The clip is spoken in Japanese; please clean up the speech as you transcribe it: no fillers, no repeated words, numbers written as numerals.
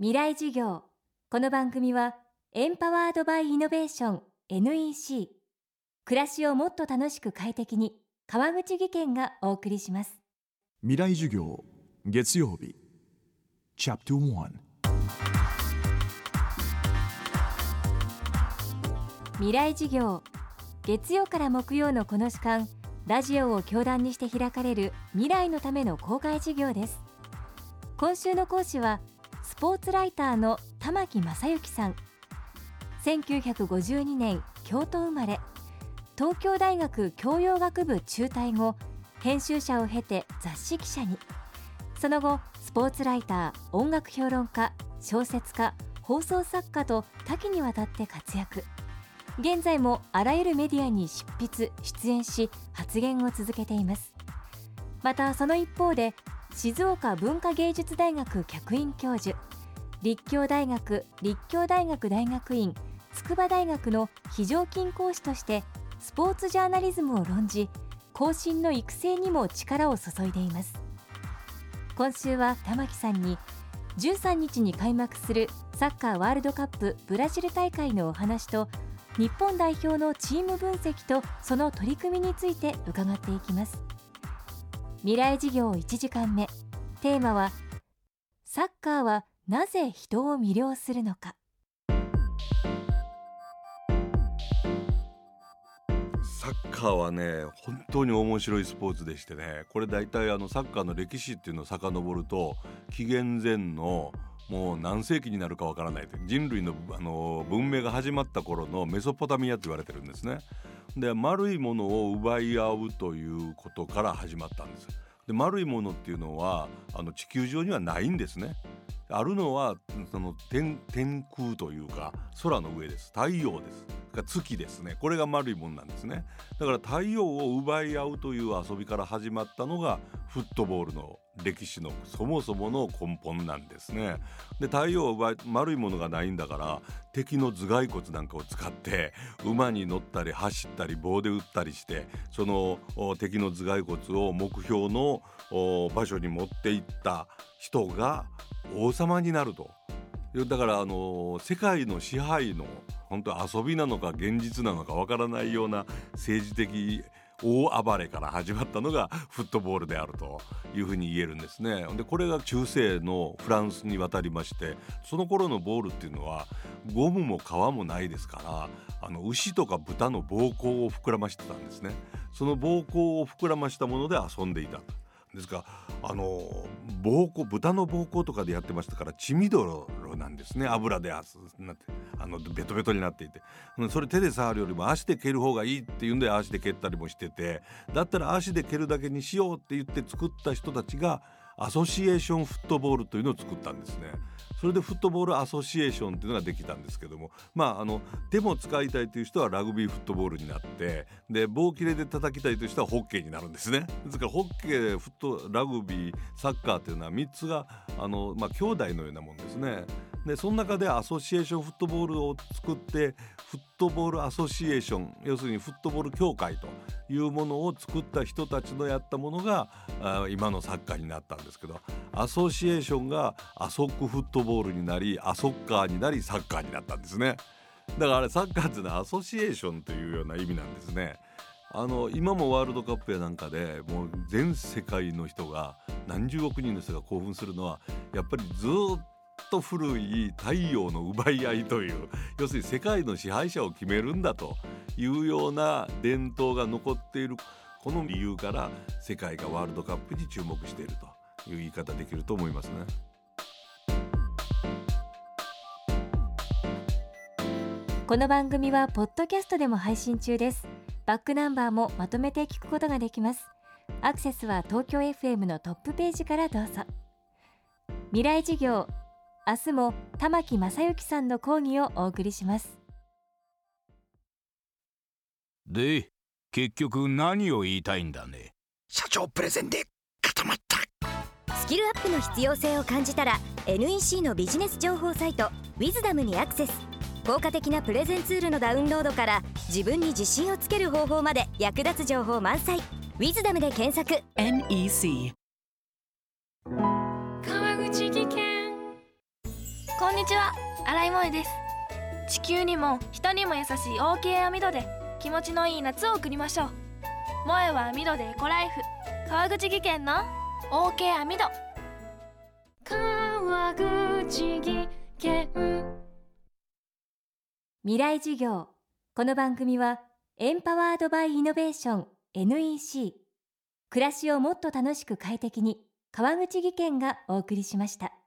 未来授業。この番組はエンパワードバイイノベーション NEC 暮らしをもっと楽しく快適に川口義賢がお送りします。 未来授業月曜日チャプター1 未来授業。月曜から木曜のこの時間、ラジオを教壇にして開かれる未来のための公開授業です。今週の講師はスポーツライターの玉木正之さん。1952年京都生まれ、東京大学教養学部中退後、編集者を経て雑誌記者に。その後スポーツライター、音楽評論家、小説家、放送作家と多岐にわたって活躍。現在もあらゆるメディアに執筆・出演し発言を続けています。またその一方で静岡文化芸術大学客員教授、立教大学大学院、筑波大学の非常勤講師としてスポーツジャーナリズムを論じ、後進の育成にも力を注いでいます。今週は玉木さんに13日に開幕するサッカーワールドカップブラジル大会のお話と、日本代表のチーム分析とその取り組みについて伺っていきます。未来事業1時間目、テーマはサッカーはなぜ人を魅了するのか。 サッカーはね、本当に面白いスポーツでしてね、これ大体サッカーの歴史っていうのを遡ると紀元前のもう何世紀になるかわからない、人類の、文明が始まった頃のメソポタミアと言われてるんですね。で、丸いものを奪い合うということから始まったんです。で、丸いものっていうのは地球上にはないんですね。あるのはその 天空というか空の上です。太陽です。月ですね。これが丸いものなんですね。だから太陽を奪い合うという遊びから始まったのがフットボールの歴史のそもそもの根本なんですね。で、太陽を奪い、丸いものがないんだから敵の頭蓋骨なんかを使って馬に乗ったり走ったり棒で撃ったりして、その敵の頭蓋骨を目標の場所に持っていった人が王様になると。だから世界の支配の本当遊びなのか現実なのかわからないような政治的大暴れから始まったのがフットボールであるというふうに言えるんですね。で、これが中世のフランスに渡りまして、その頃のボールっていうのはゴムも皮もないですから、牛とか豚の膀胱を膨らましてたんですね。その膀胱を膨らましたもので遊んでいたですが、豚の膀胱とかでやってましたから血みどろなんですね。油でなってベトベトになっていて、それ手で触るよりも足で蹴る方がいいっていうんで足で蹴ったりもしてて、だったら足で蹴るだけにしようって言って作った人たちがアソシエーションフットボールというのを作ったんですね。それでフットボールアソシエーションというのができたんですけども、手も使いたいという人はラグビーフットボールになって、で棒切れで叩きたいという人はホッケーになるんですね。ですからホッケー、ラグビー、サッカーというのは3つが兄弟のようなもんですね。で、その中でアソシエーションフットボールを作って、フットボールアソシエーション、要するにフットボール協会というものを作った人たちのやったものが今のサッカーになったんですけど、アソシエーションがアソックフットボールになり、アソッカーになり、サッカーになったんですね。だからサッカーっていうのはアソシエーションというような意味なんですね。今もワールドカップやなんかでもう全世界の人が何十億人の人が興奮するのは、やっぱりずっと古い太陽の奪い合いという、要するに世界の支配者を決めるんだというような伝統が残っている、この理由から世界がワールドカップに注目しているという言い方できると思いますね。 この番組はポッドキャストでも配信中です。バックナンバーもまとめて聞くことができます。アクセスは東京 FM のトップページからどうぞ。未来事業、明日も玉木正之さんの講義をお送りします。 で、結局何を言いたいんだね。 社長プレゼンで固まった。 スキルアップの必要性を感じたら NEC のビジネス情報サイト Wisdom にアクセス。効果的なプレゼンツールのダウンロードから自分に自信をつける方法まで役立つ情報満載。 Wisdom で検索。 NEC。 川口技研。 こんにちは、新井萌です。地球にも人にも優しい OK 網戸で気持ちのいい夏を送りましょう。萌は網戸でエコライフ、川口技研の OK 網戸。川口技研。 未来授業。この番組はエンパワードバイイノベーション NEC、暮らしをもっと楽しく快適に、川口技研がお送りしました。